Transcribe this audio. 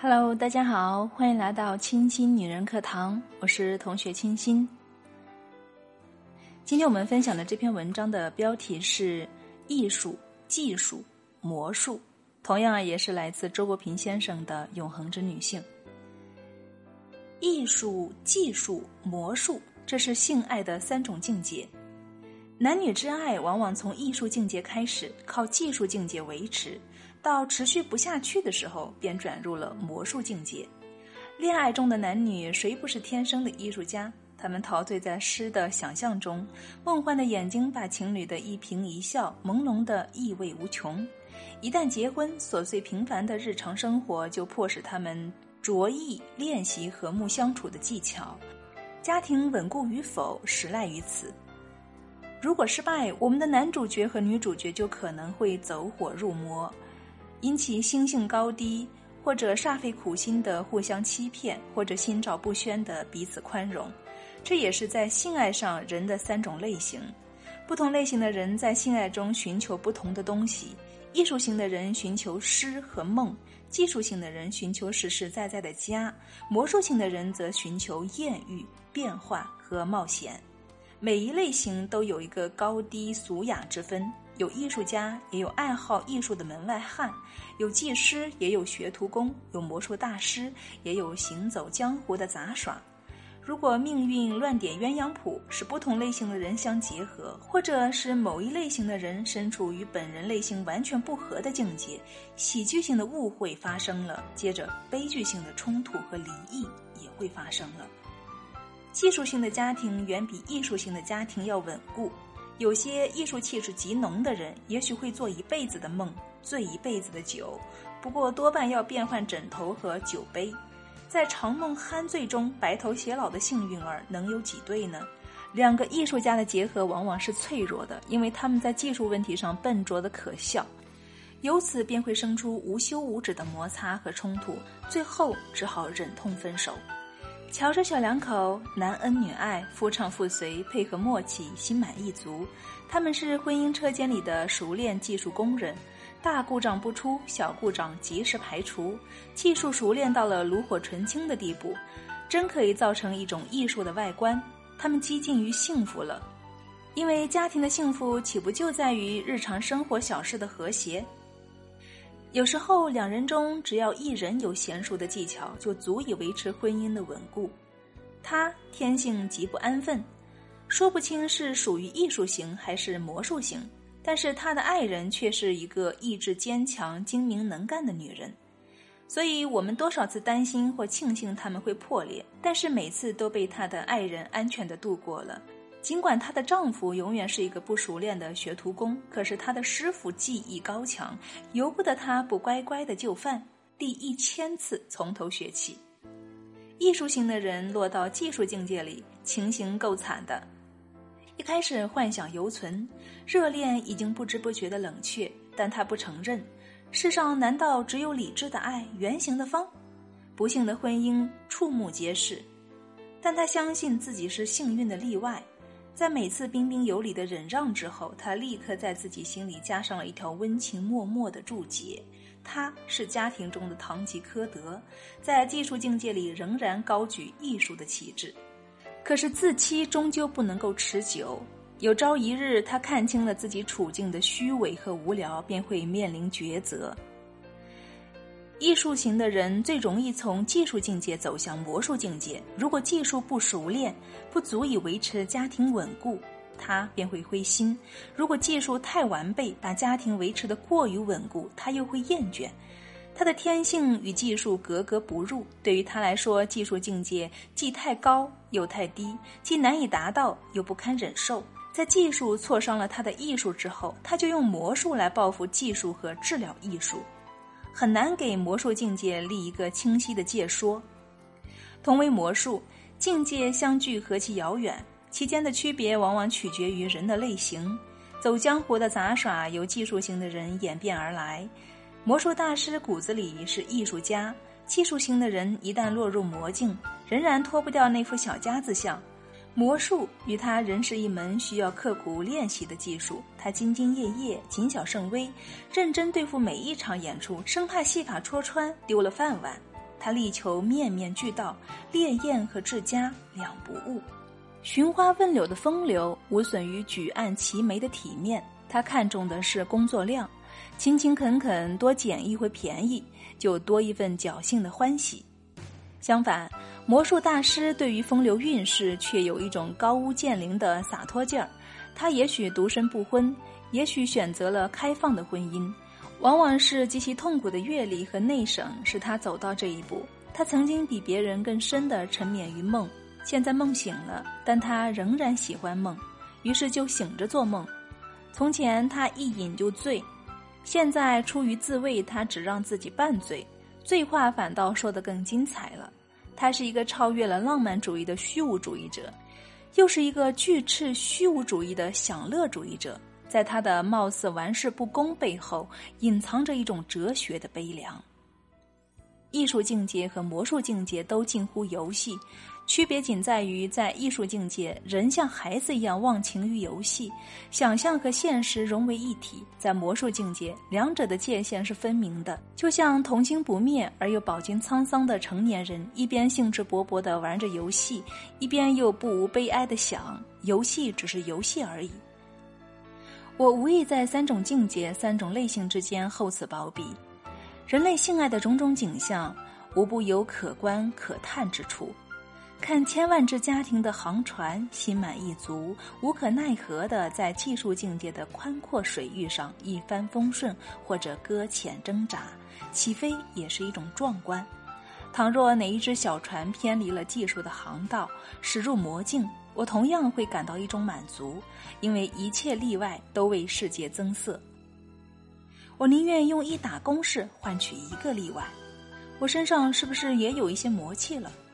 Hello， 大家好，欢迎来到清新女人课堂，我是同学清新。今天我们分享的这篇文章的标题是艺术、技术、魔术，同样也是来自周国平先生的《永恒之女性》。艺术、技术、魔术，这是性爱的三种境界。男女之爱往往从艺术境界开始，靠技术境界维持，到持续不下去的时候，便转入了魔术境界。恋爱中的男女，谁不是天生的艺术家？他们陶醉在诗的想象中，梦幻的眼睛把情侣的一颦一笑朦胧的意味无穷。一旦结婚，琐碎平凡的日常生活就迫使他们着意练习和睦相处的技巧。家庭稳固与否，实赖于此。如果失败，我们的男主角和女主角就可能会走火入魔，因其心性高低，或者煞费苦心的互相欺骗，或者心照不宣的彼此宽容。这也是在性爱上人的三种类型。不同类型的人在性爱中寻求不同的东西。艺术型的人寻求诗和梦，技术型的人寻求实实在在的家，魔术型的人则寻求艳遇、变化和冒险。每一类型都有一个高低俗雅之分，有艺术家，也有爱好艺术的门外汉，有技师，也有学徒工，有魔术大师，也有行走江湖的杂耍。如果命运乱点鸳鸯谱，使不同类型的人相结合，或者使某一类型的人身处与本人类型完全不合的境界，喜剧性的误会发生了，接着悲剧性的冲突和离异也会发生了。技术性的家庭远比艺术性的家庭要稳固，有些艺术气质极浓的人也许会做一辈子的梦，醉一辈子的酒，不过多半要变换枕头和酒杯。在长梦酣醉中白头偕老的幸运儿能有几对呢？两个艺术家的结合往往是脆弱的，因为他们在技术问题上笨拙的可笑，由此便会生出无休无止的摩擦和冲突，最后只好忍痛分手。瞧着小两口，男恩女爱，夫唱妇随，配合默契，心满意足。他们是婚姻车间里的熟练技术工人，大故障不出，小故障及时排除，技术熟练到了炉火纯青的地步，真可以造成一种艺术的外观。他们接近于幸福了，因为家庭的幸福岂不就在于日常生活小事的和谐？有时候两人中只要一人有娴熟的技巧，就足以维持婚姻的稳固。他天性极不安分，说不清是属于艺术型还是魔术型，但是他的爱人却是一个意志坚强、精明能干的女人。所以我们多少次担心或庆幸他们会破裂，但是每次都被他的爱人安全地度过了。尽管她的丈夫永远是一个不熟练的学徒工，可是她的师傅技艺高强，由不得她不乖乖的就范，第1000次从头学起。艺术型的人落到技术境界里，情形够惨的。一开始幻想犹存，热恋已经不知不觉的冷却，但他不承认，世上难道只有理智的爱、圆形的方？不幸的婚姻触目皆是，但他相信自己是幸运的例外。在每次彬彬有礼的忍让之后，他立刻在自己心里加上了一条温情脉脉的注解：他是家庭中的堂吉诃德，在技术境界里仍然高举艺术的旗帜。可是自欺终究不能够持久，有朝一日他看清了自己处境的虚伪和无聊，便会面临抉择。艺术型的人最容易从技术境界走向魔术境界，如果技术不熟练，不足以维持家庭稳固，他便会灰心；如果技术太完备，把家庭维持得过于稳固，他又会厌倦。他的天性与技术格格不入，对于他来说，技术境界既太高又太低，既难以达到又不堪忍受。在技术挫伤了他的艺术之后，他就用魔术来报复技术和治疗艺术。很难给魔术境界立一个清晰的界说。同为魔术，境界相距何其遥远，其间的区别往往取决于人的类型。走江湖的杂耍由技术型的人演变而来，魔术大师骨子里是艺术家，技术型的人一旦落入魔境，仍然脱不掉那副小家子相。魔术与他仍是一门需要刻苦练习的技术，他兢兢业业，谨小慎微，认真对付每一场演出，生怕戏法戳穿丢了饭碗。 他力求面面俱到，烈焰和至佳两不误。寻花问柳的风流无损于举案齐眉的体面，他看重的是工作量，勤勤恳恳多捡一回便宜，就多一份侥幸的欢喜。相反，魔术大师对于风流韵事却有一种高屋建瓴的洒脱劲儿，他也许独身不婚，也许选择了开放的婚姻，往往是极其痛苦的阅历和内省使他走到这一步。他曾经比别人更深地沉湎于梦，现在梦醒了，但他仍然喜欢梦，于是就醒着做梦。从前他一饮就醉，现在出于自慰，他只让自己半醉，醉话反倒说得更精彩了。他是一个超越了浪漫主义的虚无主义者，又是一个拒斥虚无主义的享乐主义者。在他的貌似玩世不恭背后，隐藏着一种哲学的悲凉。艺术境界和魔术境界都近乎游戏，区别仅在于在艺术境界，人像孩子一样忘情于游戏，想象和现实融为一体；在魔术境界，两者的界限是分明的，就像童心不灭而又饱经沧桑的成年人，一边兴致勃勃地玩着游戏，一边又不无悲哀地想，游戏只是游戏而已。我无意在三种境界、三种类型之间厚此薄彼。人类性爱的种种景象，无不有可观可叹之处。看千万只家庭的航船，心满意足，无可奈何地在技术境界的宽阔水域上一帆风顺，或者搁浅挣扎，起飞也是一种壮观。倘若哪一只小船偏离了技术的航道，驶入魔境，我同样会感到一种满足，因为一切例外都为世界增色。我宁愿用一打公式换取一个例外。我身上是不是也有一些魔气了？